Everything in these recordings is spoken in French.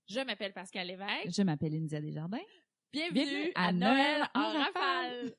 Je m'appelle Pascal Lévesque. Je m'appelle India Desjardins. Bienvenue à Noël en rafale.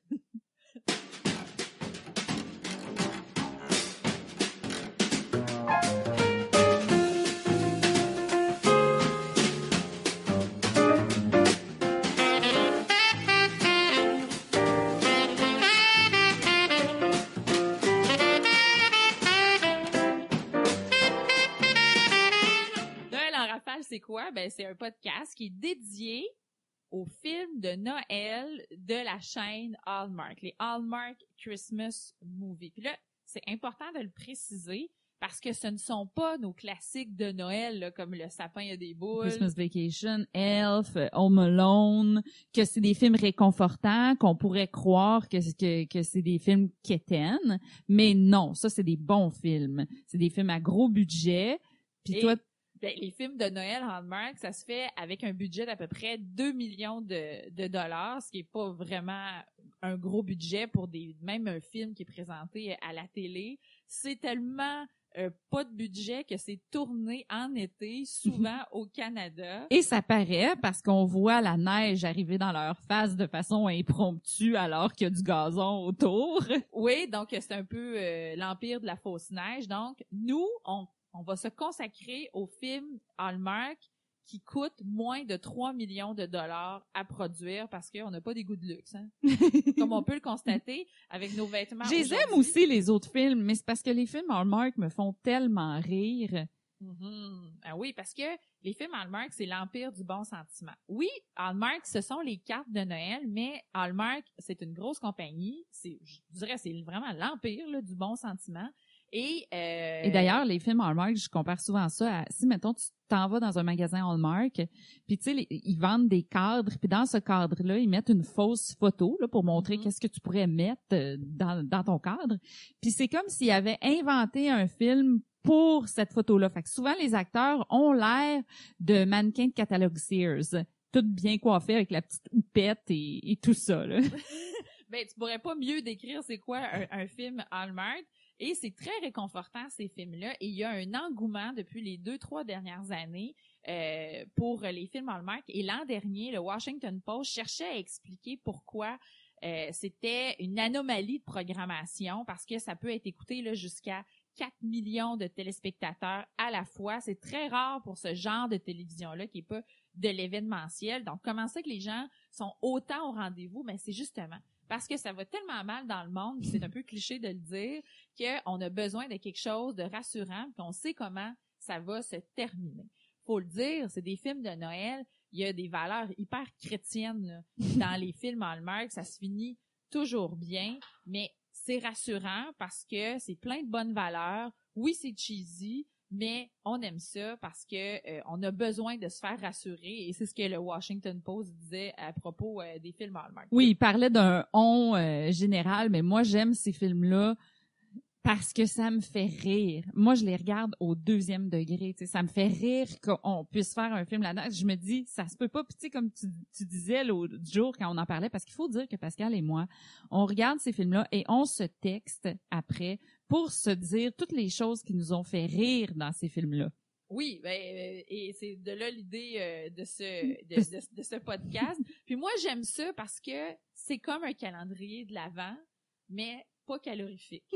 C'est quoi? Ben, c'est un podcast qui est dédié aux films de Noël de la chaîne Hallmark, les Hallmark Christmas Movies. Puis là, c'est important de le préciser parce que ce ne sont pas nos classiques de Noël, là, comme Le sapin a des boules, Christmas Vacation, Elf, Home Alone, que c'est des films réconfortants, qu'on pourrait croire que c'est des films quétaines, mais non, ça, c'est des bons films. C'est des films à gros budget. Puis toi... Ben, les films de Noël Hallmark, ça se fait avec un budget d'à peu près 2 millions de dollars, ce qui est pas vraiment un gros budget pour même un film qui est présenté à la télé. C'est tellement pas de budget que c'est tourné en été, souvent au Canada. Et ça paraît parce qu'on voit la neige arriver dans leur face de façon impromptue alors qu'il y a du gazon autour. Oui, donc c'est un peu l'empire de la fausse neige. Donc, nous, on va se consacrer aux films Hallmark qui coûtent moins de 3 millions de dollars à produire parce qu'on n'a pas des goûts de luxe, hein? Comme on peut le constater avec nos vêtements. J'aime aussi les autres films, mais c'est parce que les films Hallmark me font tellement rire. Mm-hmm. Ah oui, parce que les films Hallmark, c'est l'empire du bon sentiment. Oui, Hallmark, ce sont les cartes de Noël, mais Hallmark, c'est une grosse compagnie. Je dirais, c'est vraiment l'empire là, du bon sentiment. Et d'ailleurs, les films Hallmark, je compare souvent ça à, si, mettons, tu t'en vas dans un magasin Hallmark, puis tu sais, ils vendent des cadres, puis dans ce cadre-là, ils mettent une fausse photo là pour montrer qu'est-ce que tu pourrais mettre dans ton cadre. Puis c'est comme s'ils avaient inventé un film pour cette photo-là. Fait que souvent, les acteurs ont l'air de mannequins de catalogue Sears, toutes bien coiffées avec la petite houppette et tout ça, là. Ben, tu pourrais pas mieux décrire c'est quoi un film Hallmark. Et c'est très réconfortant, ces films-là. Et il y a un engouement depuis les 2-3 dernières années pour les films Hallmark. Et l'an dernier, le Washington Post cherchait à expliquer pourquoi c'était une anomalie de programmation, parce que ça peut être écouté là, jusqu'à 4 millions de téléspectateurs à la fois. C'est très rare pour ce genre de télévision-là qui est pas de l'événementiel. Donc, comment ça que les gens sont autant au rendez-vous? Ben, c'est justement parce que ça va tellement mal dans le monde, c'est un peu cliché de le dire, qu'on a besoin de quelque chose de rassurant, qu'on sait comment ça va se terminer. Faut le dire, c'est des films de Noël, il y a des valeurs hyper chrétiennes là, dans les films Hallmark, ça se finit toujours bien, mais c'est rassurant parce que c'est plein de bonnes valeurs. Oui, c'est cheesy, mais on aime ça parce que on a besoin de se faire rassurer, et c'est ce que le Washington Post disait à propos des films Hallmark. Oui, il parlait d'un on général, mais moi j'aime ces films-là parce que ça me fait rire. Moi, je les regarde au 2e degré, tu sais, ça me fait rire qu'on puisse faire un film là-dedans. Je me dis, ça se peut pas. Puis tu sais, comme tu disais l'autre jour quand on en parlait, parce qu'il faut dire que Pascal et moi, on regarde ces films-là et on se texte après pour se dire toutes les choses qui nous ont fait rire dans ces films-là. Oui, ben, et c'est de là l'idée de ce podcast. Puis moi, j'aime ça parce que c'est comme un calendrier de l'Avent, mais pas calorifique.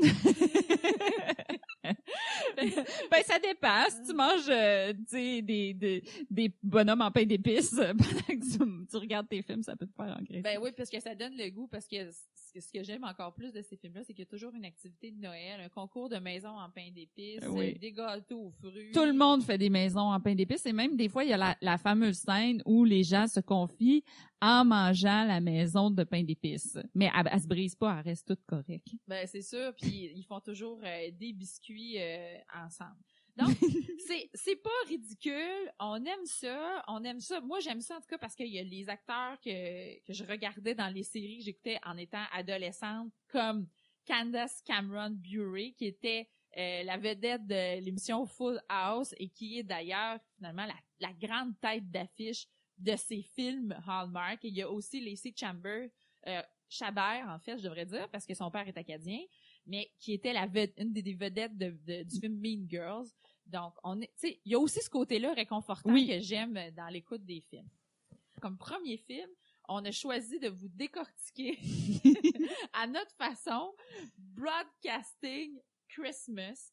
Ben ça dépend. Si tu manges tu sais des bonhommes en pain d'épices pendant que tu regardes tes films, ça peut te faire engraisser. Ben oui, parce que ça donne le goût, parce que ce que j'aime encore plus de ces films-là, c'est qu'il y a toujours une activité de Noël, un concours de maisons en pain d'épices, oui. Des gâteaux aux fruits. Tout le monde fait des maisons en pain d'épices, et même des fois, il y a la fameuse scène où les gens se confient en mangeant la maison de pain d'épices. Mais elle se brise pas, elle reste toute correcte. Ben c'est sûr, puis ils font toujours des biscuits ensemble. Donc, c'est pas ridicule. On aime ça. Moi, j'aime ça, en tout cas, parce qu'il y a les acteurs que je regardais dans les séries que j'écoutais en étant adolescente, comme Candace Cameron Bure, qui était la vedette de l'émission Full House et qui est d'ailleurs, finalement, la grande tête d'affiche de ces films Hallmark. Et il y a aussi Lacey Chabert, en fait, je devrais dire, parce que son père est acadien, mais qui était une des vedettes du film Mean Girls. Donc, tu sais, il y a aussi ce côté-là réconfortant que j'aime dans l'écoute des films. Comme premier film, on a choisi de vous décortiquer à notre façon Broadcasting Christmas.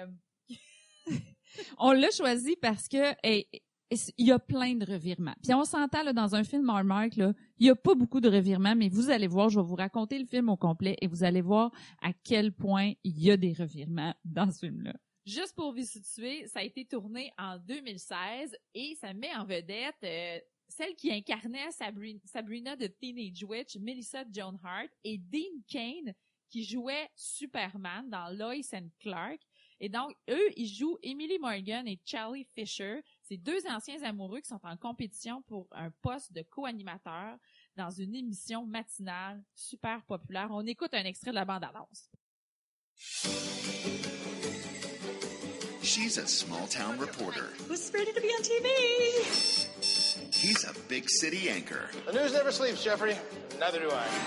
On l'a choisi parce que il y a plein de revirements. Puis on s'entend là, dans un film Hallmark, là, il y a pas beaucoup de revirements, mais vous allez voir, je vais vous raconter le film au complet et vous allez voir à quel point il y a des revirements dans ce film-là. Juste pour vous situer, ça a été tourné en 2016 et ça met en vedette celle qui incarnait Sabrina de Teenage Witch, Melissa Joan Hart, et Dean Cain qui jouait Superman dans Lois and Clark. Et donc, eux, ils jouent Emily Morgan et Charlie Fisher. C'est deux anciens amoureux qui sont en compétition pour un poste de co-animateur dans une émission matinale super populaire. On écoute un extrait de la bande-annonce. She's a small-town reporter. Who's ready to be on TV? He's a big city anchor. The news never sleeps, Jeffrey. Neither do I.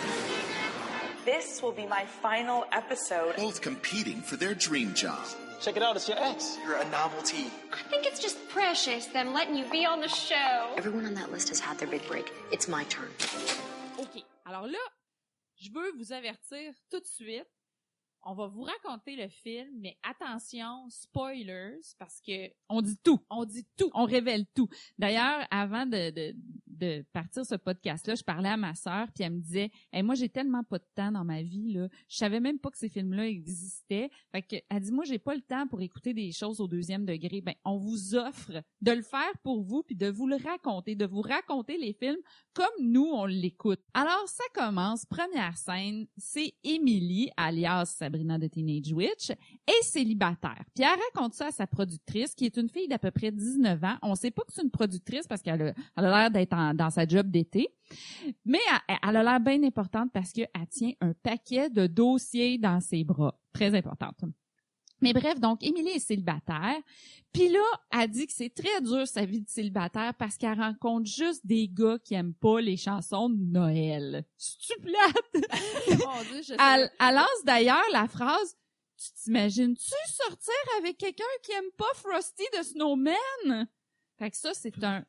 This will be my final episode. Both competing for their dream job. Check it out, it's your ex. You're a novelty. I think it's just precious them letting you be on the show. Everyone on that list has had their big break. It's my turn. OK. Alors là, je veux vous avertir tout de suite. On va vous raconter le film, mais attention, spoilers, parce que... On dit tout. On dit tout. On révèle tout. D'ailleurs, avant de partir ce podcast-là, je parlais à ma sœur, puis elle me disait hey, « Moi, j'ai tellement pas de temps dans ma vie, là. Je savais même pas que ces films-là existaient. » Fait que, elle dit « Moi, j'ai pas le temps pour écouter des choses au 2e degré. » Ben, on vous offre de le faire pour vous, puis de vous le raconter, de vous raconter les films comme nous, on l'écoute. Alors, ça commence. Première scène, c'est Emily, alias Sabrina de Teenage Witch, est célibataire. Puis elle raconte ça à sa productrice, qui est une fille d'à peu près 19 ans. On sait pas que c'est une productrice parce qu'elle a l'air d'être dans sa job d'été. Mais elle a l'air bien importante parce qu'elle tient un paquet de dossiers dans ses bras. Très importante. Mais bref, donc, Émilie est célibataire. Puis là, elle dit que c'est très dur sa vie de célibataire parce qu'elle rencontre juste des gars qui aiment pas les chansons de Noël. C'est-tu plate? Mon Dieu, je sais. Elle lance d'ailleurs la phrase « Tu t'imagines-tu sortir avec quelqu'un qui aime pas Frosty de Snowman? » Fait que ça, c'est un...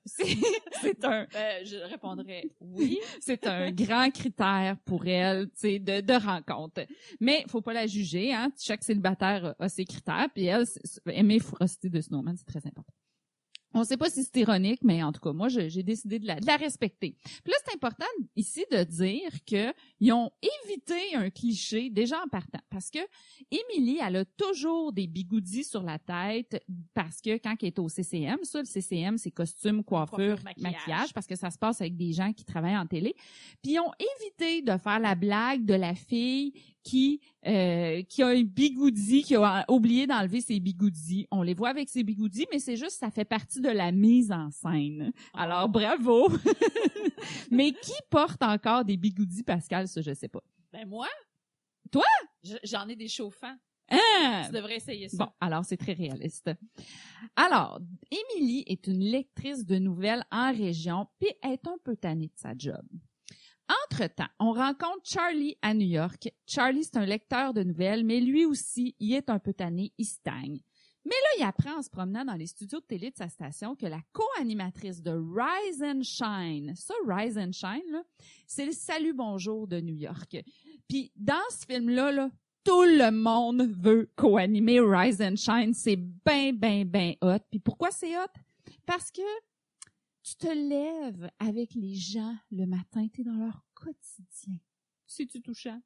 je répondrais oui. C'est un grand critère pour elle, tu sais, de rencontre. Mais faut pas la juger, hein. Chaque célibataire a ses critères, puis elle, aimer Frosty de Snowman, c'est très important. On sait pas si c'est ironique, mais en tout cas, moi, j'ai décidé de la respecter. Puis là, c'est important ici de dire que ils ont évité un cliché déjà en partant. Parce que Émilie, elle a toujours des bigoudis sur la tête parce que quand elle est au CCM, ça, le CCM, c'est costume, coiffure, maquillage, parce que ça se passe avec des gens qui travaillent en télé. Puis ils ont évité de faire la blague de la fille qui a un bigoudi, qui a oublié d'enlever ses bigoudis. On les voit avec ses bigoudis, mais c'est juste, ça fait partie de la mise en scène. Alors, bravo! Mais qui porte encore des bigoudis, Pascal? Ça, je sais pas. Ben, moi? Toi? J'en ai des chauffants. Ah! Tu devrais essayer ça. Bon, alors, c'est très réaliste. Alors, Émilie est une lectrice de nouvelles en région, puis elle est un peu tannée de sa job. Entre-temps, on rencontre Charlie à New York. Charlie, c'est un lecteur de nouvelles, mais lui aussi, il est un peu tanné, il stagne. Mais là, il apprend en se promenant dans les studios de télé de sa station que la co-animatrice de Rise and Shine, ça, Rise and Shine, là, c'est le Salut Bonjour de New York. Puis dans ce film-là, là, tout le monde veut co-animer Rise and Shine. C'est ben hot. Puis pourquoi c'est hot? Parce que tu te lèves avec les gens le matin, t'es dans leur quotidien. C'est-tu touchant?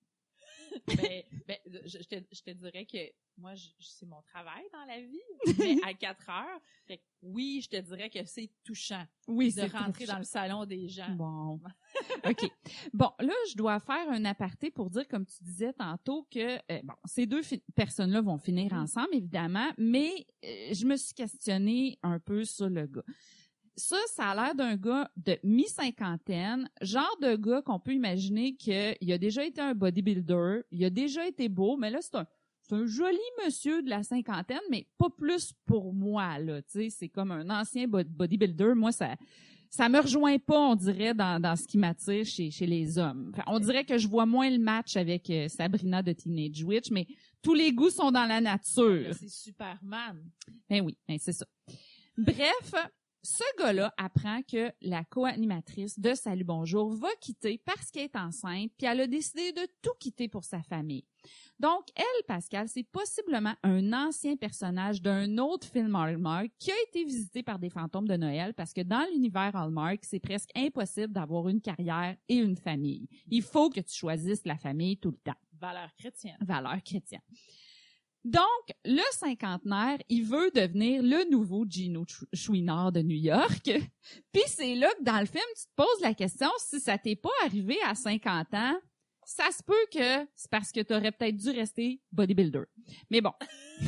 Je te dirais que moi, c'est mon travail dans la vie, mais à 4 heures. Fait que oui, je te dirais que c'est touchant. Oui, de rentrer dans le salon des gens. Bon. OK. Bon, là, je dois faire un aparté pour dire, comme tu disais tantôt, que ces deux personnes-là vont finir ensemble, évidemment, mais je me suis questionnée un peu sur le gars. Ça a l'air d'un gars de mi-cinquantaine, genre de gars qu'on peut imaginer qu'il a déjà été un bodybuilder, il a déjà été beau, mais là, c'est un joli monsieur de la cinquantaine, mais pas plus pour moi, là, tu sais, c'est comme un ancien bodybuilder. Moi, ça ça me rejoint pas, on dirait, dans ce qui m'attire chez les hommes. Enfin, on dirait que je vois moins le match avec Sabrina de Teenage Witch, mais tous les goûts sont dans la nature. C'est Superman. Ben oui, ben c'est ça. Bref, ce gars-là apprend que la co-animatrice de Salut Bonjour va quitter parce qu'elle est enceinte, puis elle a décidé de tout quitter pour sa famille. Donc, elle, Pascal, c'est possiblement un ancien personnage d'un autre film Hallmark qui a été visité par des fantômes de Noël parce que dans l'univers Hallmark, c'est presque impossible d'avoir une carrière et une famille. Il faut que tu choisisses la famille tout le temps. Valeur chrétienne. Valeur chrétienne. Donc, le cinquantenaire, il veut devenir le nouveau Gino Chouinard de New York. Puis c'est là que dans le film, tu te poses la question si ça t'est pas arrivé à 50 ans, ça se peut que c'est parce que tu aurais peut-être dû rester bodybuilder. Mais bon.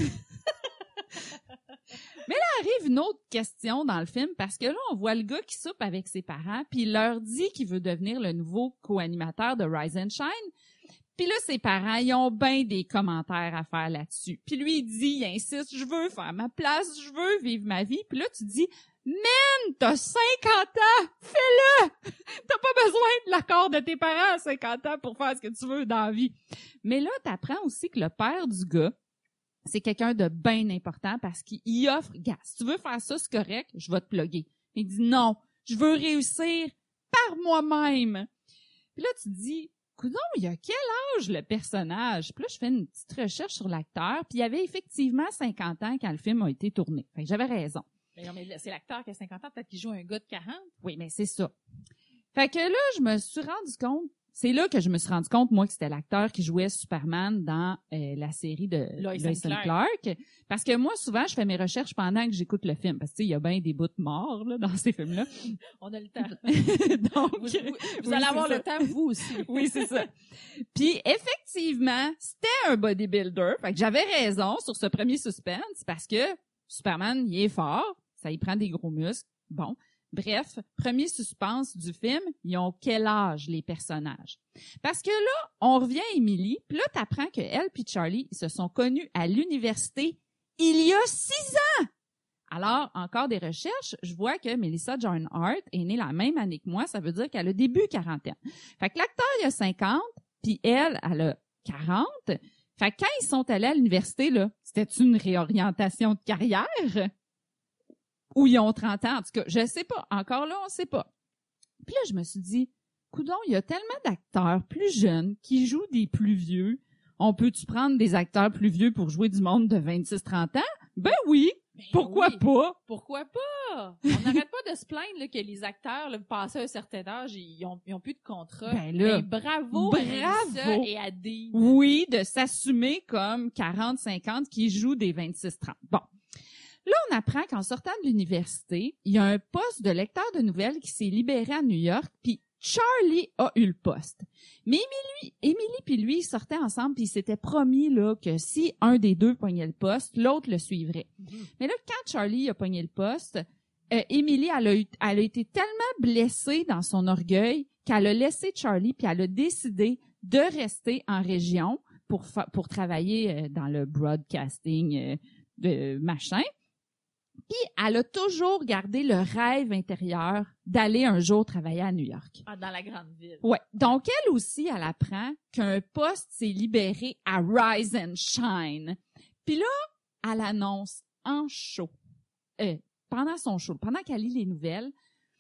Mais là arrive une autre question dans le film parce que là, on voit le gars qui soupe avec ses parents puis il leur dit qu'il veut devenir le nouveau co-animateur de Rise and Shine. Puis là, ses parents, ils ont bien des commentaires à faire là-dessus. Puis lui, il dit, il insiste, je veux faire ma place, je veux vivre ma vie. Puis là, tu dis, man, t'as 50 ans, fais-le! T'as pas besoin de l'accord de tes parents à 50 ans pour faire ce que tu veux dans la vie. Mais là, t'apprends aussi que le père du gars, c'est quelqu'un de bien important parce qu'il offre, gars, si tu veux faire ça, c'est correct, je vais te plugger. Il dit, non, je veux réussir par moi-même. Puis là, tu te dis, coudonc, il y a quel âge le personnage? Puis là, je fais une petite recherche sur l'acteur, puis il y avait effectivement 50 ans quand le film a été tourné. Fait que j'avais raison. Mais non, mais c'est l'acteur qui a 50 ans, peut-être qu'il joue un gars de 40. Oui, mais c'est ça. Fait que là, je me suis rendu compte, c'est là que je me suis rendu compte, moi, que c'était l'acteur qui jouait Superman dans la série de Lois and Clark. Parce que moi, souvent, je fais mes recherches pendant que j'écoute le film. Parce que, tu sais, il y a bien des bouts morts, là, dans ces films-là. On a le temps. Donc, vous allez avoir le temps, vous aussi. Oui, c'est ça. Puis, effectivement, c'était un bodybuilder. Fait que j'avais raison sur ce premier suspense parce que Superman, il est fort. Ça y prend des gros muscles. Bon. Bref, premier suspense du film, ils ont quel âge, les personnages? Parce que là, on revient à Emily, puis là, t'apprends que elle puis Charlie, ils se sont connus à l'université il y a 6 ans! Alors, encore des recherches, je vois que Melissa Joan Hart est née la même année que moi, ça veut dire qu'elle a début quarantaine. Fait que l'acteur, il a 50, puis elle a 40. Fait que quand ils sont allés à l'université, là, c'était une réorientation de carrière? Ou ils ont 30 ans, en tout cas, je sais pas. Encore là, on sait pas. Puis là, je me suis dit, coudonc, il y a tellement d'acteurs plus jeunes qui jouent des plus vieux. On peut-tu prendre des acteurs plus vieux pour jouer du monde de 26-30 ans? Ben oui! Pourquoi pas? Pourquoi pas? On n'arrête pas de se plaindre là, que les acteurs, là, passés un certain âge, ils ont plus de contrat. Ben là, bravo à Melissa et à Dean. Oui, de s'assumer comme 40-50 qui jouent des 26-30. Bon. Là, on apprend qu'en sortant de l'université, il y a un poste de lecteur de nouvelles qui s'est libéré à New York, puis Charlie a eu le poste. Mais Emily puis lui, ils sortaient ensemble, puis ils s'étaient promis là que si un des deux pognait le poste, l'autre le suivrait. Mais là, quand Charlie a pogné le poste, Emily, elle a été tellement blessée dans son orgueil qu'elle a laissé Charlie, puis elle a décidé de rester en région pour travailler dans le broadcasting de machin. Puis, elle a toujours gardé le rêve intérieur d'aller un jour travailler à New York. Ah, dans la grande ville. Ouais. Donc, elle aussi, elle apprend qu'un poste s'est libéré à Rise and Shine. Puis là, elle annonce en show, pendant son show, pendant qu'elle lit les nouvelles,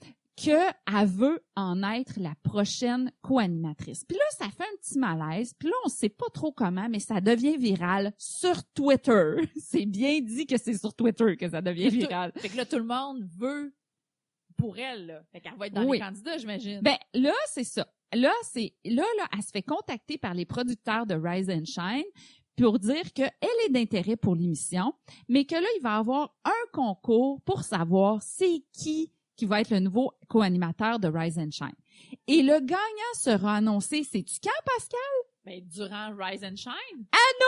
qu'elle veut en être la prochaine co-animatrice. Puis là, ça fait un petit malaise. Puis là, on sait pas trop comment, mais ça devient viral sur Twitter. C'est bien dit que c'est sur Twitter que ça devient viral. Fait que là, tout le monde veut pour elle, là. Fait qu'elle va être dans les candidats, j'imagine. Ben, là, c'est ça. Là, elle se fait contacter par les producteurs de Rise and Shine pour dire qu'elle est d'intérêt pour l'émission, mais que là, il va y avoir un concours pour savoir c'est qui va être le nouveau co-animateur de Rise and Shine. Et le gagnant sera annoncé, sais-tu quand, Pascal? Ben, durant Rise and Shine.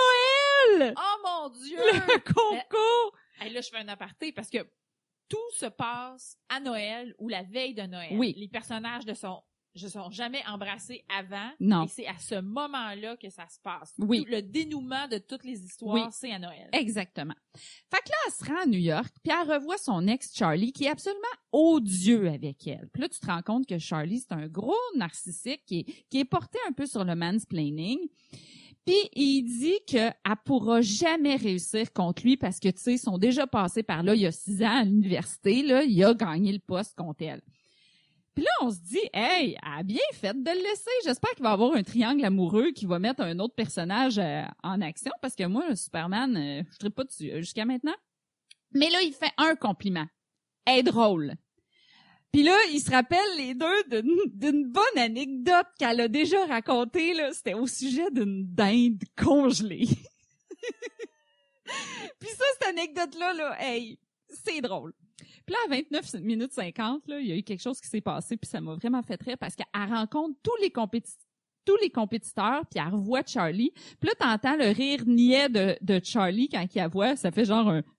À Noël! Oh mon Dieu! Le concours! Ben, là, je fais un aparté parce que tout se passe à Noël ou la veille de Noël. Oui. Les personnages se sont jamais embrassés avant. Non. Et c'est à ce moment-là que ça se passe. Oui. Tout le dénouement de toutes les histoires, Oui. c'est à Noël. Exactement. Fait que là, elle se rend à New York, puis elle revoit son ex Charlie, qui est absolument odieux avec elle. Puis là, tu te rends compte que Charlie, c'est un gros narcissique qui est porté un peu sur le mansplaining. Puis il dit qu'elle pourra jamais réussir contre lui parce que, tu sais, ils sont déjà passés par là il y a 6 ans à l'université, là, il a gagné le poste contre elle. Puis là, on se dit, hey, elle a bien fait de le laisser. J'espère qu'il va y avoir un triangle amoureux qui va mettre un autre personnage en action parce que moi, Superman, je ne tripe pas dessus jusqu'à maintenant. Mais là, il fait un compliment. Elle est drôle. Puis là, ils se rappellent les deux d'une bonne anecdote qu'elle a déjà racontée, là. C'était au sujet d'une dinde congelée. Puis ça, cette anecdote-là, là, hey, c'est drôle. Puis là, à 29 minutes 50, là, il y a eu quelque chose qui s'est passé, puis ça m'a vraiment fait rire parce qu'elle rencontre tous les compétiteurs, puis elle revoit Charlie. Puis là, t'entends le rire niais de Charlie quand il la voit, ça fait genre un...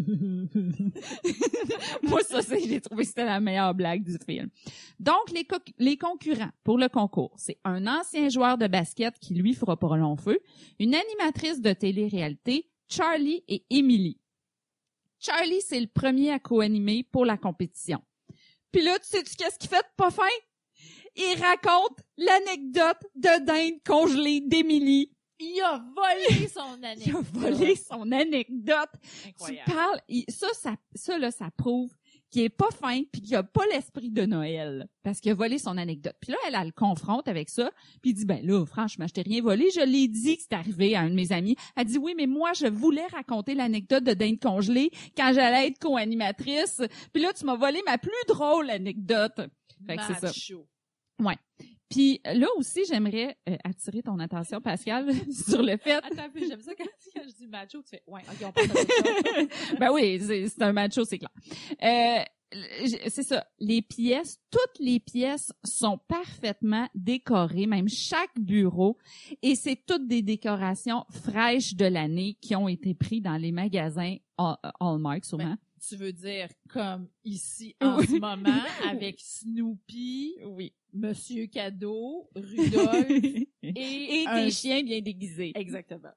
Moi, ça, j'ai trouvé que c'était la meilleure blague du film. Donc, les concurrents pour le concours, c'est un ancien joueur de basket qui, lui, fera pas long feu, une animatrice de télé-réalité, Charlie et Emily. Charlie, c'est le premier à co-animer pour la compétition. Puis là, tu sais-tu qu'est-ce qu'il fait de pas fin? Il raconte l'anecdote de dinde congelée d'Emily. Il a volé son anecdote. Il a volé son anecdote. Incroyable. Tu parles, ça prouve qu'il est pas fin puis qu'il a pas l'esprit de Noël parce qu'il a volé son anecdote. Puis là, elle le confronte avec ça, puis il dit ben là, franchement, je t'ai rien volé, je l'ai dit que c'est arrivé à un de mes amis. Elle dit oui, mais moi je voulais raconter l'anecdote de dinde congelée quand j'allais être co-animatrice. Puis là, tu m'as volé ma plus drôle anecdote. Fait que c'est ça. Macho. Ouais. Puis là aussi, j'aimerais attirer ton attention, Pascal, sur le fait... Attends, puis j'aime ça quand je dis macho, tu fais « Ouais, OK, on passe à autre chose. » Ben oui, c'est un macho, c'est clair. C'est ça. Toutes les pièces sont parfaitement décorées, même chaque bureau. Et c'est toutes des décorations fraîches de l'année qui ont été prises dans les magasins Hallmark, sûrement. Ben, tu veux dire comme ici en ce moment avec Snoopy, Oui. Monsieur Cadeau, Rudolph et un- des chiens bien déguisés. Exactement.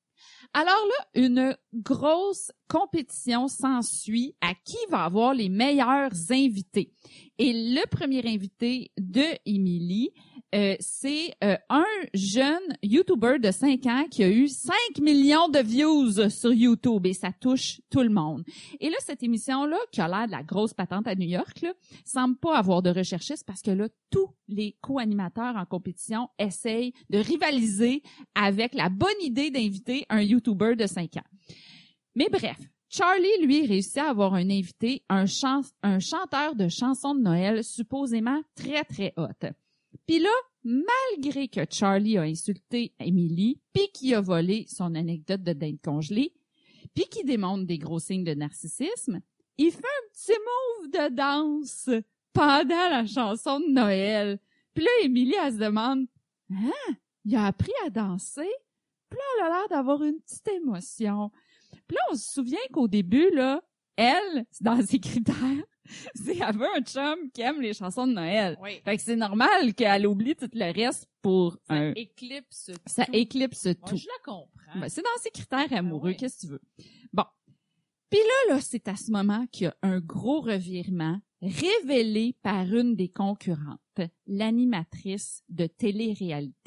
Alors là, une grosse compétition s'ensuit à qui va avoir les meilleurs invités. Et le premier invité de Emily, c'est un jeune YouTuber de 5 ans qui a eu 5 millions de views sur YouTube et ça touche tout le monde. Et là, cette émission-là, qui a l'air de la grosse patente à New York, là, semble pas avoir de recherchistes parce que là, tous les co-animateurs en compétition essayent de rivaliser avec la bonne idée d'inviter un YouTuber de 5 ans. Mais bref, Charlie, lui, réussit à avoir un invité, un chanteur de chansons de Noël supposément très, très hot. Puis là, malgré que Charlie a insulté Emily, puis qu'il a volé son anecdote de dinde congelée, puis qu'il démontre des gros signes de narcissisme, il fait un petit move de danse pendant la chanson de Noël. Puis là, Emily, elle se demande « Hein? Il a appris à danser? » Puis là, elle a l'air d'avoir une petite émotion. Puis là, on se souvient qu'au début, là, elle, dans ses critères, c'est elle veut un chum qui aime les chansons de Noël. Oui. Fait que c'est normal qu'elle oublie tout le reste pour Ça éclipse ça tout. éclipse Moi, tout. je la comprends. Ben, c'est dans ses critères amoureux, oui. qu'est-ce que tu veux. Bon. Puis là, c'est à ce moment qu'il y a un gros revirement révélé par une des concurrentes, l'animatrice de télé-réalité.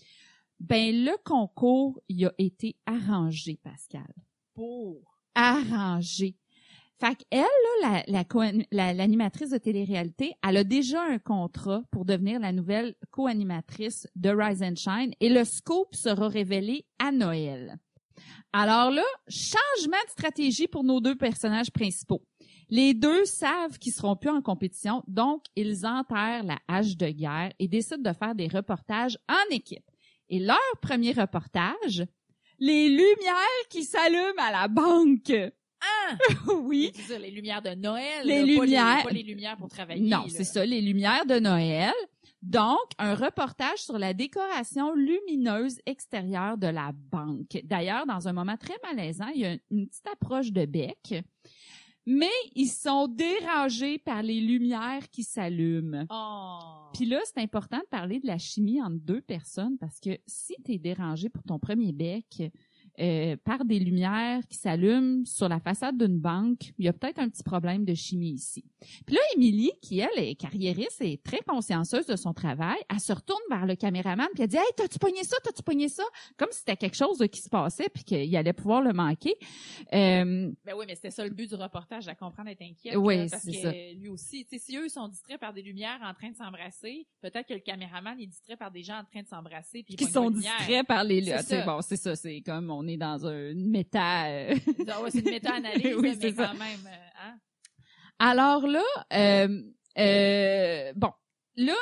Ben, le concours, il a été arrangé, Pascal. Arrangé. Fait qu'elle, là, l'animatrice de télé-réalité, elle a déjà un contrat pour devenir la nouvelle co-animatrice de Rise and Shine et le scoop sera révélé à Noël. Alors là, changement de stratégie pour nos deux personnages principaux. Les deux savent qu'ils seront plus en compétition, donc ils enterrent la hache de guerre et décident de faire des reportages en équipe. Et leur premier reportage, les lumières qui s'allument à la banque. Ah! Oui. C'est ça, les lumières de Noël. Les là, lumières. Pas les lumières pour travailler. Non, là. c'est ça, les lumières de Noël. Donc, un reportage sur la décoration lumineuse extérieure de la banque. D'ailleurs, dans un moment très malaisant, il y a une petite approche de bec. mais ils sont dérangés par les lumières qui s'allument. Oh. Puis là, c'est important de parler de la chimie entre deux personnes parce que si t'es dérangé pour ton premier bec par des lumières qui s'allument sur la façade d'une banque, il y a peut-être un petit problème de chimie ici. Puis là, Émilie, qui elle est carriériste et très consciencieuse de son travail, elle se retourne vers le caméraman puis elle dit « Hey, t'as-tu pogné ça? T'as-tu pogné ça? » Comme si c'était quelque chose qui se passait puis qu'il allait pouvoir le manquer. Ben oui, mais c'était ça le but du reportage, à comprendre d'être inquiète. Oui, là, parce c'est que ça. lui aussi, tu sais, si eux sont distraits par des lumières en train de s'embrasser, peut-être que le caméraman est distrait par des gens en train de s'embrasser puis Qui ils sont pognent pas de lumière. distraits par les... C'est ça. Bon, c'est ça, c'est comme on est dans une méta... Ah ouais, c'est une méta-analyse, Oui, là, c'est mais ça. quand même, hein? Alors là, bon, là,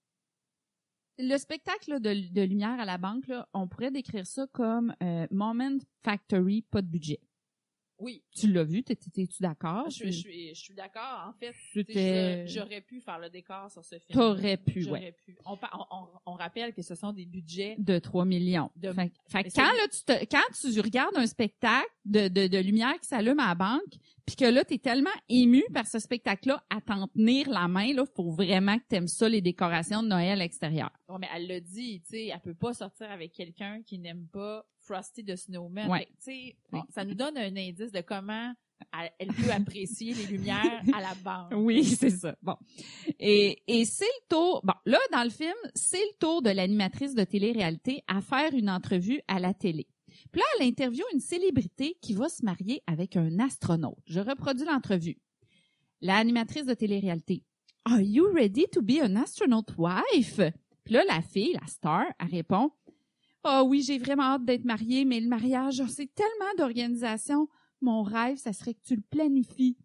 le spectacle là, de lumière à la banque, là, on pourrait décrire ça comme Moment Factory, pas de budget. Oui. Tu l'as vu, t'es-tu d'accord? Je suis d'accord. En fait, C'était- tu sais, j'aurais pu faire le décor sur ce film. T'aurais pu, J'aurais ouais. pu. On rappelle que ce sont des budgets. De 3 millions. De- Fait que Mais quand tu regardes un spectacle de lumière qui s'allume à la banque, puis que là, t'es tellement ému par ce spectacle-là à t'en tenir la main, là, faut vraiment que t'aimes ça, les décorations de Noël extérieures. Bon, mais elle l'a dit, tu sais, elle peut pas sortir avec quelqu'un qui n'aime pas Frosty the Snowman. Ouais. Fait que, tu sais, bon, ça nous donne un indice de comment elle peut apprécier les lumières à la banque. Oui, c'est ça. Bon. Et c'est le tour. Bon, là, dans le film, c'est le tour de l'animatrice de télé-réalité à faire une entrevue à la télé. Puis là, elle interviewe une célébrité qui va se marier avec un astronaute. Je reproduis l'entrevue. L'animatrice de télé-réalité. Are you ready to be an astronaut wife? Puis là, la fille, la star, elle répond. Ah oui, j'ai vraiment hâte d'être mariée, mais le mariage, c'est tellement d'organisation. Mon rêve, ça serait que tu le planifies.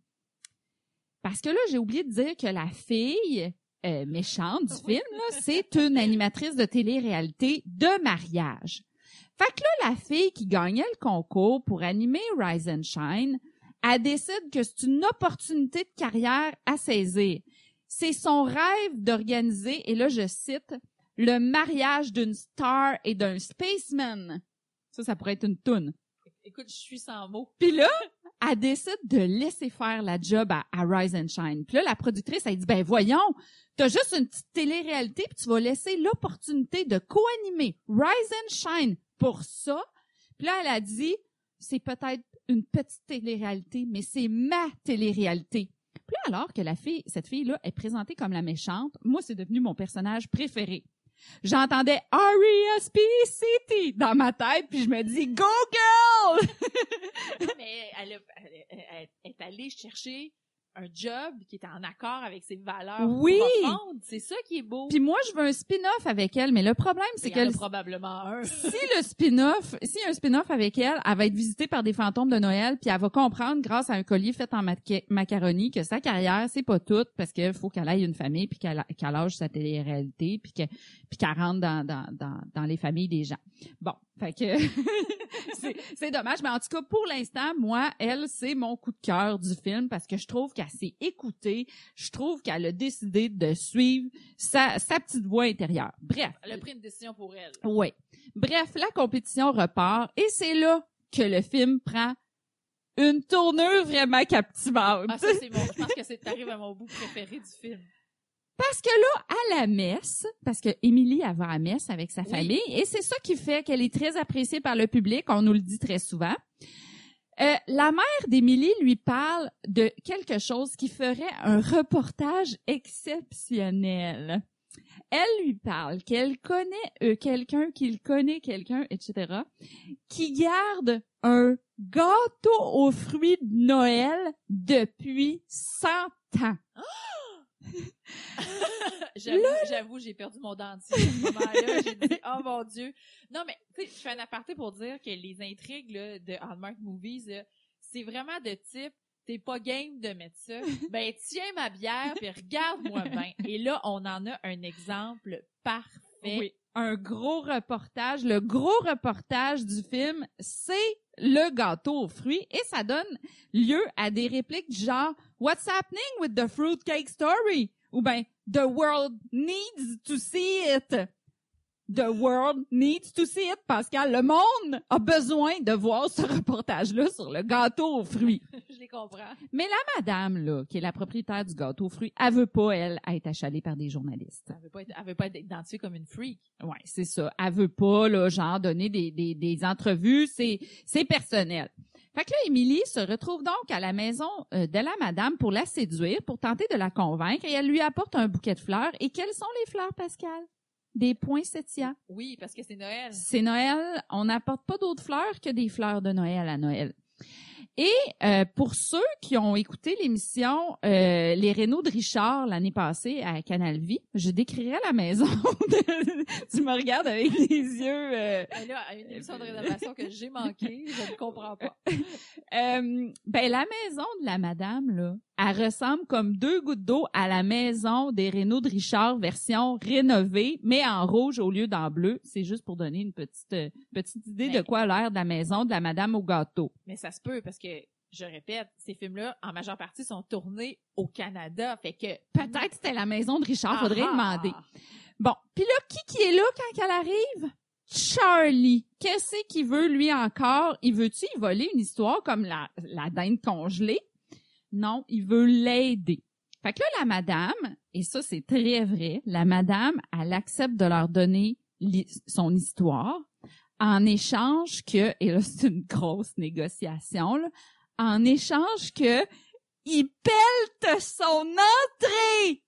Parce que là, j'ai oublié de dire que la fille méchante du film, là, c'est une animatrice de télé-réalité de mariage. Fait que là, la fille qui gagnait le concours pour animer Rise and Shine, elle décide que c'est une opportunité de carrière à saisir. C'est son rêve d'organiser, et là, je cite, le mariage d'une star et d'un spaceman. Ça pourrait être une toune. Écoute, je suis sans mots. Puis là, elle décide de laisser faire la job à Rise and Shine. Puis là, la productrice, elle dit, ben voyons, t'as juste une petite télé-réalité puis tu vas laisser l'opportunité de co-animer Rise and Shine pour ça. Puis là, elle a dit, c'est peut-être une petite télé-réalité, mais c'est ma télé-réalité. Puis là, alors que cette fille-là est présentée comme la méchante, moi, c'est devenu mon personnage préféré. J'entendais R.E.S.P.C.T. dans ma tête, puis je me dis « Go, girl! » Mais elle est allée chercher un job qui est en accord avec ses valeurs Oui! profondes. C'est ça qui est beau. Puis moi, je veux un spin-off avec elle, mais le problème, c'est Il y en que a probablement un. s'il y a un spin-off avec elle, elle va être visitée par des fantômes de Noël, puis elle va comprendre, grâce à un collier fait en macaroni, que sa carrière, c'est pas tout, parce qu'il faut qu'elle aille une famille, puis qu'elle lâche sa télé-réalité, puis qu'elle rentre dans les familles des gens. Bon, fait que c'est dommage, mais en tout cas, pour l'instant, moi, elle, c'est mon coup de cœur du film, parce que je trouve qu'elle s'est écoutée, je trouve qu'elle a décidé de suivre sa petite voix intérieure. Bref. Elle a pris une décision pour elle. Oui. Bref, la compétition repart et c'est là que le film prend une tournure vraiment captivante. Ah, ça, c'est je pense que t'arrives à mon bout préféré du film. Parce que là, à la messe, parce que Émilie, elle va à la messe avec sa Oui. famille, et c'est ça qui fait qu'elle est très appréciée par le public, on nous le dit très souvent. La mère d'Émilie lui parle de quelque chose qui ferait un reportage exceptionnel. Elle lui parle qu'elle connaît quelqu'un, qu'il connaît quelqu'un, etc., qui garde un gâteau aux fruits de Noël depuis 100 ans. J'avoue, j'ai perdu mon dentier à ce moment-là. J'ai dit, oh mon Dieu. Non, mais, tu sais, je fais un aparté pour dire que les intrigues, là, de Hallmark Movies, là, c'est vraiment de type, t'es pas game de mettre ça. Ben, tiens ma bière puis regarde-moi bien. Et là, on en a un exemple parfait. Oui. Un gros reportage. Le gros reportage du film, c'est le gâteau aux fruits et ça donne lieu à des répliques du genre « What's happening with the fruitcake story? » ou ben « The world needs to see it. » The world needs to see it, Pascal. Le monde a besoin de voir ce reportage-là sur le gâteau aux fruits. Je les comprends. Mais la madame, là, qui est la propriétaire du gâteau aux fruits, elle veut pas, elle, être achalée par des journalistes. Elle veut pas être identifiée comme une freak. Ouais, c'est ça. Elle veut pas, là, genre, donner des entrevues. C'est personnel. Fait que là, Émilie se retrouve donc à la maison de la madame pour la séduire, pour tenter de la convaincre, et elle lui apporte un bouquet de fleurs. Et quelles sont les fleurs, Pascal? Des poinsettias. Oui, parce que c'est Noël. C'est Noël. On n'apporte pas d'autres fleurs que des fleurs de Noël à Noël. Et pour ceux qui ont écouté l'émission Les Rénaux de Richard l'année passée à Canal Vie, je décrirais la maison. Tu me regardes avec des yeux. Là, à une émission de rénovation que j'ai manquée, je ne comprends pas. La maison de la madame, là, elle ressemble comme 2 gouttes d'eau à la maison des Rénaux de Richard version rénovée, mais en rouge au lieu d'en bleu. C'est juste pour donner une petite idée de quoi a l'air de la maison de la madame au gâteau. Mais ça se peut parce que, je répète, ces films-là, en majeure partie, sont tournés au Canada. Fait que peut-être c'était la maison de Richard, faudrait demander. Bon, puis là, qui est là quand elle arrive? Charlie. Qu'est-ce qu'il veut, lui, encore? Il veut-tu y voler une histoire comme la dinde congelée? Non, il veut l'aider. Fait que là, la madame, et ça, c'est très vrai, la madame, elle accepte de leur donner son histoire en échange que, et là, c'est une grosse négociation, là, en échange que il pelte son entrée!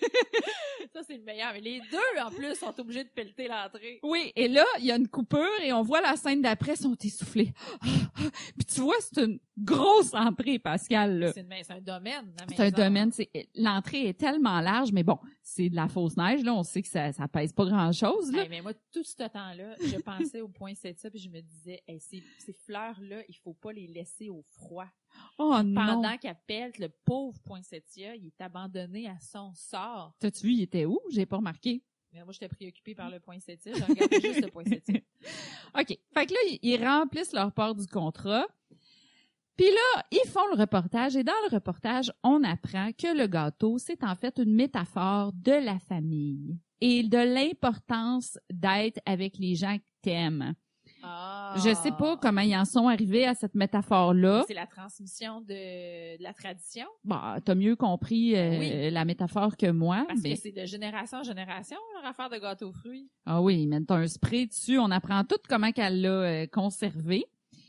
Ça, c'est le meilleur. Mais les deux, en plus, sont obligés de pelleter l'entrée. Oui, et là, il y a une coupure et on voit la scène d'après, ils sont essoufflés. Puis tu vois, c'est une grosse entrée, Pascal, là. C'est un domaine, la maison. C'est un domaine, l'entrée est tellement large, mais bon, c'est de la fausse neige, là, on sait que ça pèse pas grand-chose, là. Hey, mais moi, tout ce temps-là, je pensais au poinsettia puis je me disais, hey, ces fleurs-là, il faut pas les laisser au froid. Oh non! Pendant qu'elle pète, le pauvre poinsettia, il est abandonné à son sort. T'as-tu vu, il était où? J'ai pas remarqué. Mais moi, j'étais préoccupée par le poinsettia. Je regardais juste le poinsettia. OK. Fait que là, ils remplissent leur part du contrat. Puis là, ils font le reportage. Et dans le reportage, on apprend que le gâteau, c'est en fait une métaphore de la famille et de l'importance d'être avec les gens que t'aimes. Ah. Je sais pas comment ils en sont arrivés à cette métaphore-là. C'est la transmission de la tradition. Bah, t'as mieux compris oui. la métaphore que moi. Parce que c'est de génération en génération, leur affaire de gâteau aux fruits. Ah oui, ils mettent un spray dessus. On apprend tout comment qu'elle l'a conservé.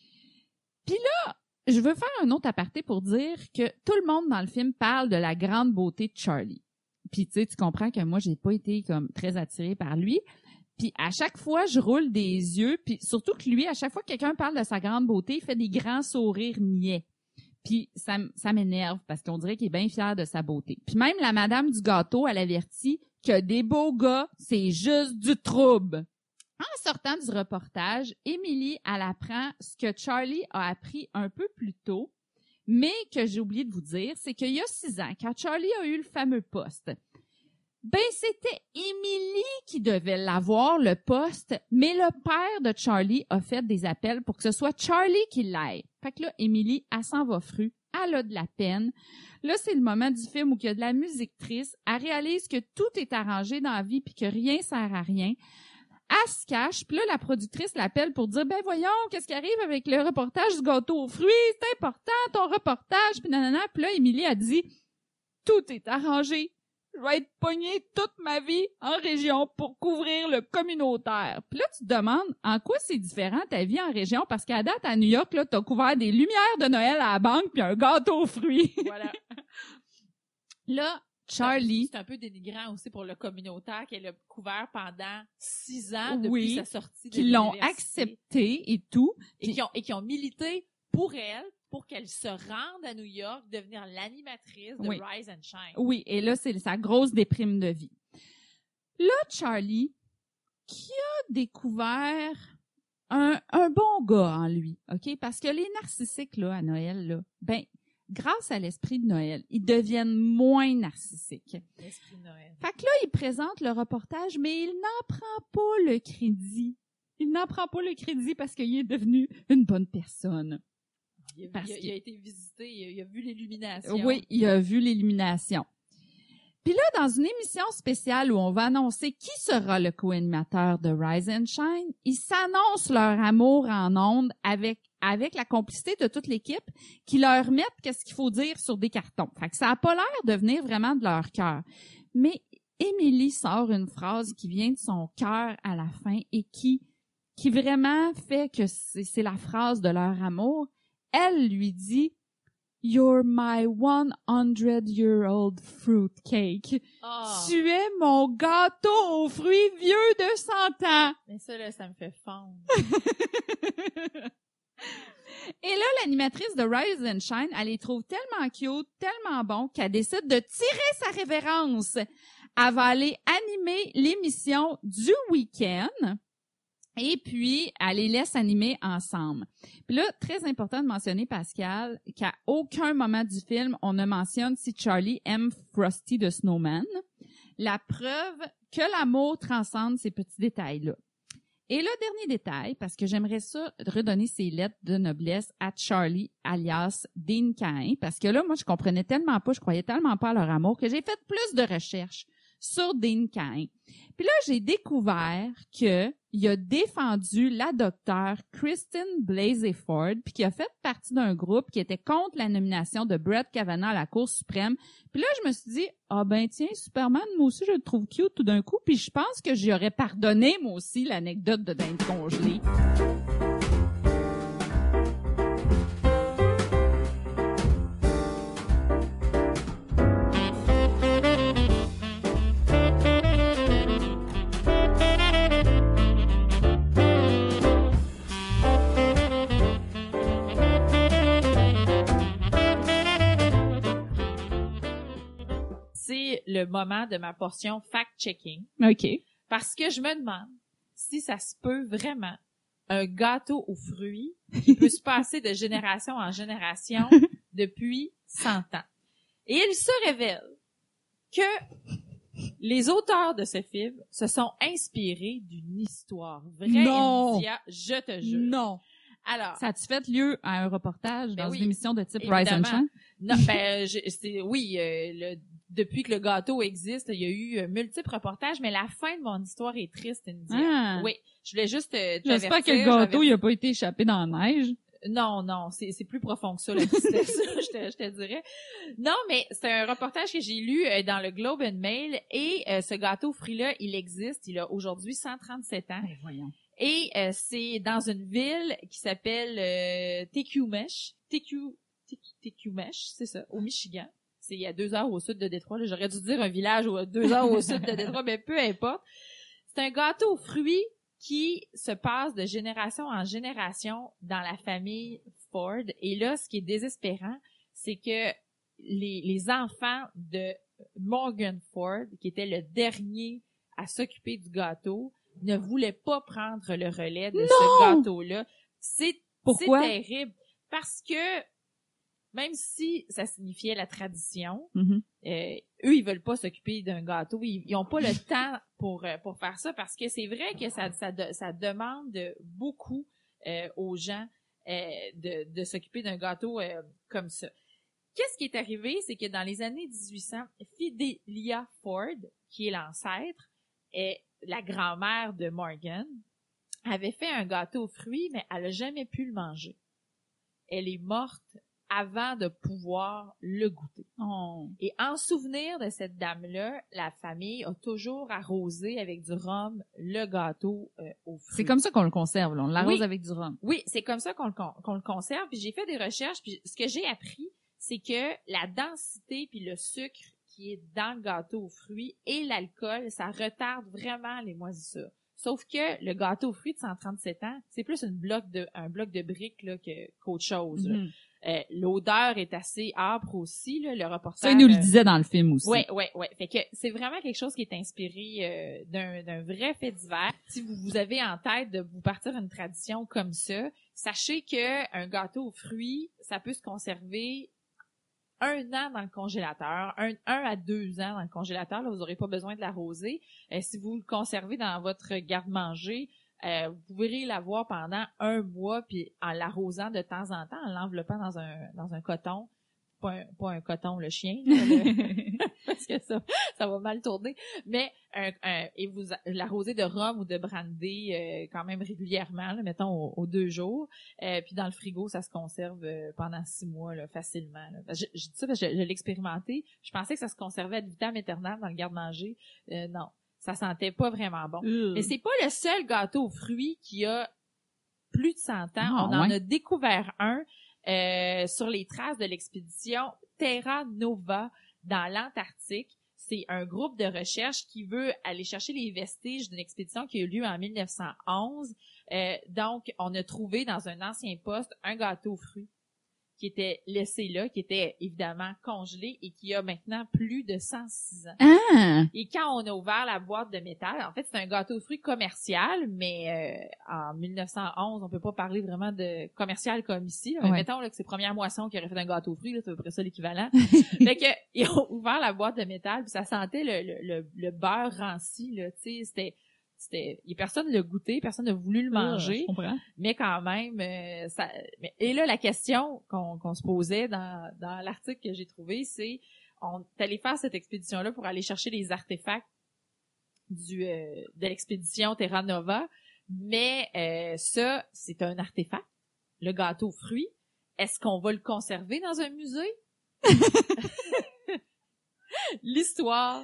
Puis là, je veux faire un autre aparté pour dire que tout le monde dans le film parle de la grande beauté de Charlie. Puis tu sais, tu comprends que moi, j'ai pas été comme très attirée par lui. Puis à chaque fois, je roule des yeux, puis surtout que lui, à chaque fois que quelqu'un parle de sa grande beauté, il fait des grands sourires niais. Puis ça m'énerve parce qu'on dirait qu'il est bien fier de sa beauté. Puis même la madame du gâteau, elle avertit que des beaux gars, c'est juste du trouble. En sortant du reportage, Émilie, elle apprend ce que Charlie a appris un peu plus tôt, mais que j'ai oublié de vous dire, c'est qu'il y a 6 ans, quand Charlie a eu le fameux poste, c'était Émilie qui devait l'avoir, le poste, mais le père de Charlie a fait des appels pour que ce soit Charlie qui l'aille. Fait que là, Émilie, elle s'en va fru, elle a de la peine. Là, c'est le moment du film où il y a de la musique triste, elle réalise que tout est arrangé dans la vie puis que rien sert à rien. Elle se cache, puis là, la productrice l'appelle pour dire, voyons, qu'est-ce qui arrive avec le reportage du gâteau aux fruits? C'est important, ton reportage, puis nanana. Puis là, Émilie a dit, tout est arrangé. Je vais être pognée toute ma vie en région pour couvrir le communautaire. Puis là, tu te demandes en quoi c'est différent ta vie en région, parce qu'à date, à New York, là, t'as couvert des lumières de Noël à la banque puis un gâteau aux fruits. Voilà. Là, Charlie. C'est un peu dénigrant aussi pour le communautaire qu'elle a couvert pendant 6 ans depuis sa sortie de l'université. Qui l'ont accepté et tout. Et qui ont milité pour elle, pour qu'elle se rende à New York, devenir l'animatrice de Rise and Shine. Oui, et là, c'est sa grosse déprime de vie. Là, Charlie, qui a découvert un bon gars en lui, OK? Parce que les narcissiques, là, à Noël, là, grâce à l'esprit de Noël, ils deviennent moins narcissiques. L'esprit de Noël. Fait que là, il présente le reportage, mais il n'en prend pas le crédit. Il n'en prend pas le crédit parce qu'il est devenu une bonne personne. Il a été visité, il a vu l'illumination. Oui, il a vu l'illumination. Puis là, dans une émission spéciale où on va annoncer qui sera le co-animateur de Rise and Shine, ils s'annoncent leur amour en ondes avec la complicité de toute l'équipe qui leur mettent qu'est-ce qu'il faut dire sur des cartons. Fait que ça a pas l'air de venir vraiment de leur cœur. Mais Émilie sort une phrase qui vient de son cœur à la fin et qui vraiment fait que c'est la phrase de leur amour. Elle lui dit « You're my 100-year-old fruitcake. Oh. Tu es mon gâteau aux fruits vieux de 100 ans. » Mais ça, là, ça me fait fondre. Et là, l'animatrice de Rise and Shine, elle les trouve tellement cute, tellement bon, qu'elle décide de tirer sa révérence. Elle va aller animer l'émission du week-end. Et puis, elle les laisse animer ensemble. Puis là, très important de mentionner, Pascal, qu'à aucun moment du film, on ne mentionne si Charlie aime Frosty the Snowman. La preuve que l'amour transcende ces petits détails-là. Et le dernier détail, parce que j'aimerais ça redonner ses lettres de noblesse à Charlie, alias Dean Cain, parce que là, moi, je comprenais tellement pas, je croyais tellement pas à leur amour que j'ai fait plus de recherches sur Dean Cain. Puis là, j'ai découvert que il a défendu la docteure Kristen Blasey Ford, puis qui a fait partie d'un groupe qui était contre la nomination de Brett Kavanaugh à la Cour suprême. Puis là, je me suis dit, ah ben tiens, Superman, moi aussi, je le trouve cute tout d'un coup, puis je pense que j'y aurais pardonné, moi aussi, l'anecdote de dinde congelée. C'est le moment de ma portion fact-checking. OK. Parce que je me demande si ça se peut vraiment un gâteau aux fruits qui peut se passer de génération en génération depuis 100 ans. Et il se révèle que les auteurs de ce film se sont inspirés d'une histoire vraie Non. et média, je te jure. Non. Alors, Ça a-tu fait lieu à un reportage Ben dans oui, une émission de type Rise and évidemment. Shine? non, depuis que le gâteau existe, il y a eu multiples reportages, mais la fin de mon histoire est triste, India. Ah. Oui, je voulais juste J'espère que le gâteau, il a pas été échappé dans la neige. Non, c'est plus profond que ça, là, c'était ça, je te dirais. Non, mais c'est un reportage que j'ai lu dans le Globe and Mail et ce gâteau fruit-là, il existe. Il a aujourd'hui 137 ans. Ben, voyons. Et c'est dans une ville qui s'appelle Tequmesh. Tequmesh, c'est ça, au Michigan. C'est il y a 2 heures au sud de Détroit. Là, j'aurais dû dire un village ou 2 heures au sud de Détroit, mais peu importe. C'est un gâteau aux fruits qui se passe de génération en génération dans la famille Ford. Et là, ce qui est désespérant, c'est que les enfants de Morgan Ford, qui était le dernier à s'occuper du gâteau, ne voulaient pas prendre le relais de ce gâteau-là. Pourquoi? C'est terrible. Parce que même si ça signifiait la tradition, eux, ils veulent pas s'occuper d'un gâteau. Ils ont pas le temps pour faire ça parce que c'est vrai que ça demande beaucoup aux gens de s'occuper d'un gâteau comme ça. Qu'est-ce qui est arrivé? C'est que dans les années 1800, Fidelia Ford, qui est l'ancêtre, est la grand-mère de Morgan, avait fait un gâteau aux fruits, mais elle a jamais pu le manger. Elle est morte avant de pouvoir le goûter. Oh. Et en souvenir de cette dame-là, la famille a toujours arrosé avec du rhum le gâteau aux fruits. C'est comme ça qu'on le conserve, là. On l'arrose Oui. avec du rhum. Oui, c'est comme ça qu'on le conserve. Puis j'ai fait des recherches, puis ce que j'ai appris, c'est que la densité puis le sucre qui est dans le gâteau aux fruits et l'alcool, ça retarde vraiment les moisissures. Sauf que le gâteau aux fruits de 137 ans, c'est plus un bloc de briques là, qu'autre chose. Là. L'odeur est assez âpre aussi, là, le reportage. Ça, il nous le disait dans le film aussi. Ouais. Fait que c'est vraiment quelque chose qui est inspiré d'un vrai fait divers. Si vous avez en tête de vous partir une tradition comme ça, sachez que un gâteau aux fruits, ça peut se conserver 1 an dans le congélateur, 1 à 2 ans dans le congélateur. Là, vous n'aurez pas besoin de l'arroser. Si vous le conservez dans votre garde-manger, vous pourrez l'avoir pendant 1 mois, puis en l'arrosant de temps en temps, en l'enveloppant dans un coton, pas un coton le chien, là, parce que ça va mal tourner. Mais et vous l'arrosez de rhum ou de brandy quand même régulièrement, là, mettons aux 2 jours. Puis dans le frigo, ça se conserve pendant 6 mois là, facilement. Là. Je dis ça parce que je l'ai expérimenté. Je pensais que ça se conservait ad vitam aeternam dans le garde-manger. Non, ça sentait pas vraiment bon. Mais c'est pas le seul gâteau aux fruits qui a plus de 100 ans. On en a découvert un sur les traces de l'expédition Terra Nova dans l'Antarctique. C'est un groupe de recherche qui veut aller chercher les vestiges d'une expédition qui a eu lieu en 1911. Donc, on a trouvé dans un ancien poste un gâteau aux fruits qui était laissé là, qui était évidemment congelé et qui a maintenant plus de 106 ans. Ah! Et quand on a ouvert la boîte de métal, en fait, c'est un gâteau de fruits commercial, mais en 1911, on peut pas parler vraiment de commercial comme ici. Là. Mettons là, que c'est Première Moisson qui aurait fait un gâteau de fruits, là, c'est à peu près ça l'équivalent. Fait que ils ont ouvert la boîte de métal, puis ça sentait le beurre ranci, là, tu sais, personne l'a goûté, personne n'a voulu le manger, mais quand même, et là, la question qu'on se posait dans l'article que j'ai trouvé, c'est, on est allé faire cette expédition-là pour aller chercher les artefacts de l'expédition Terra Nova, mais ça, c'est un artefact, le gâteau aux fruits. Est-ce qu'on va le conserver dans un musée? L'histoire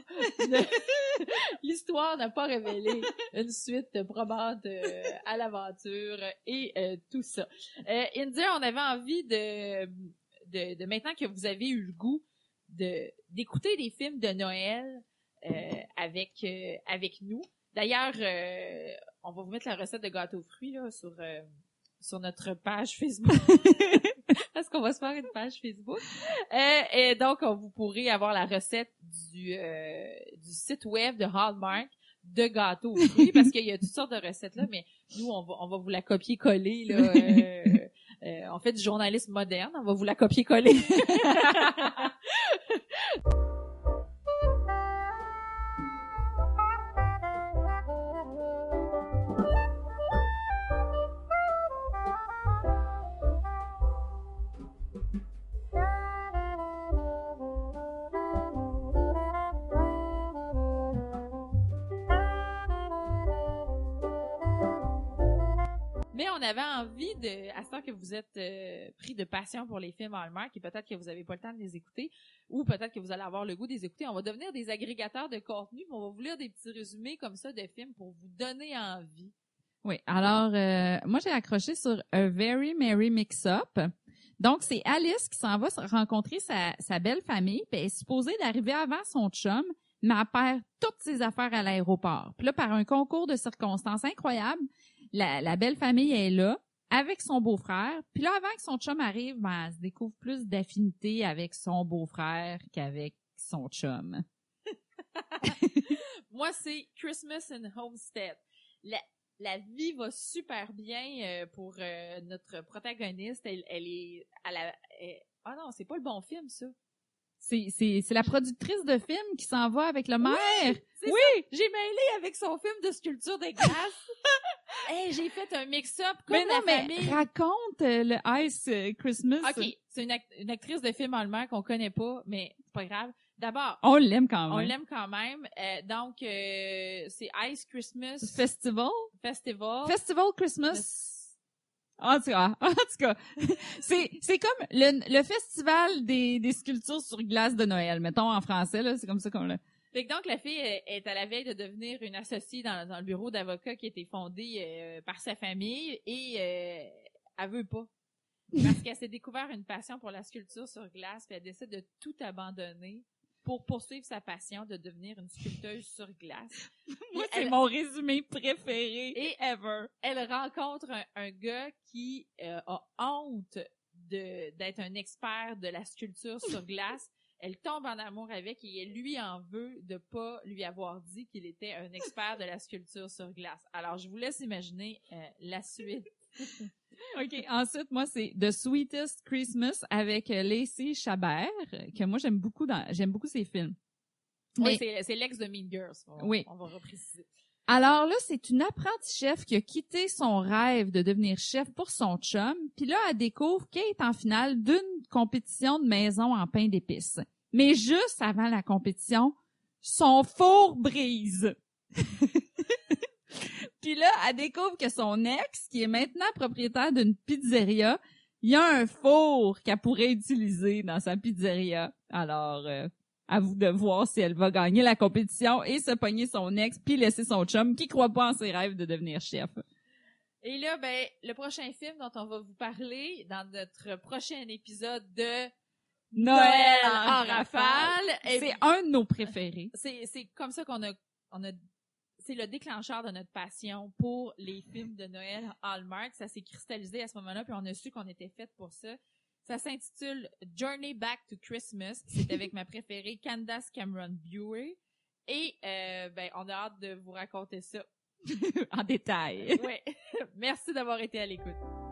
n'a pas révélé une suite probante à l'aventure et tout ça. India, on avait envie de maintenant que vous avez eu le goût d'écouter des films de Noël avec nous. D'ailleurs, on va vous mettre la recette de gâteau aux fruits là sur notre page Facebook. Parce qu'on va se faire une page Facebook. Et donc, vous pourrez avoir la recette du site web de Hallmark de gâteaux aux fruits, parce qu'il y a toutes sortes de recettes là, mais nous, on va vous la copier-coller, là. On fait du journalisme moderne, on va vous la copier-coller. Mais on avait envie à ce temps que vous êtes pris de passion pour les films Hallmark et peut-être que vous avez pas le temps de les écouter ou peut-être que vous allez avoir le goût de les écouter, on va devenir des agrégateurs de contenu, on va vous lire des petits résumés comme ça de films pour vous donner envie. Oui, alors moi j'ai accroché sur A Very Merry Mix-Up. Donc c'est Alice qui s'en va rencontrer sa belle famille, puis elle est supposée d'arriver avant son chum, mais elle perd toutes ses affaires à l'aéroport. Puis là, par un concours de circonstances incroyables, la belle famille est là, avec son beau-frère. Puis là, avant que son chum arrive, elle se découvre plus d'affinité avec son beau-frère qu'avec son chum. Moi, c'est Christmas in Homestead. La vie va super bien pour notre protagoniste. Elle est ah non, c'est pas le bon film, ça. C'est la productrice de film qui s'en va avec le maire. Oui, j'ai mêlé avec son film de sculpture de glace. Hey, j'ai fait un mix-up comme famille. Mais raconte le Ice Christmas. OK, c'est une actrice de film allemand qu'on connaît pas, mais c'est pas grave. D'abord, on l'aime quand même. On l'aime quand même. Donc c'est Ice Christmas Festival Christmas. En tout cas, c'est comme le festival des sculptures sur glace de Noël, mettons en français là, c'est comme ça qu'on l'a. Fait que donc la fille est à la veille de devenir une associée dans le bureau d'avocat qui a été fondé par sa famille et elle veut pas parce qu'elle s'est découvert une passion pour la sculpture sur glace, puis elle décide de tout abandonner pour poursuivre sa passion de devenir une sculpteuse sur glace. Moi, c'est mon résumé préféré ever. Elle rencontre un gars qui a honte d'être un expert de la sculpture sur glace. Elle tombe en amour avec et elle lui en veut de pas lui avoir dit qu'il était un expert de la sculpture sur glace. Alors, je vous laisse imaginer la suite. OK. Ensuite, moi, c'est The Sweetest Christmas avec Lacey Chabert, que moi, j'aime beaucoup ses films. Oui, c'est l'ex de Mean Girls. On va repréciser. Alors là, c'est une apprentie chef qui a quitté son rêve de devenir chef pour son chum, puis là, elle découvre qu'elle est en finale d'une compétition de maison en pain d'épices. Mais juste avant la compétition, son four brise. Puis là, elle découvre que son ex, qui est maintenant propriétaire d'une pizzeria, il y a un four qu'elle pourrait utiliser dans sa pizzeria. Alors, à vous de voir si elle va gagner la compétition et se pogner son ex puis laisser son chum qui croit pas en ses rêves de devenir chef. Et là, ben, le prochain film dont on va vous parler dans notre prochain épisode de Noël en rafale. C'est un de nos préférés. C'est comme ça qu'on a c'est le déclencheur de notre passion pour les films de Noël Hallmark. Ça s'est cristallisé à ce moment-là, puis on a su qu'on était fait pour ça. Ça s'intitule Journey Back to Christmas. C'est avec ma préférée, Candace Cameron Bure. Et ben, on a hâte de vous raconter ça En détail. Ouais. Merci d'avoir été à l'écoute.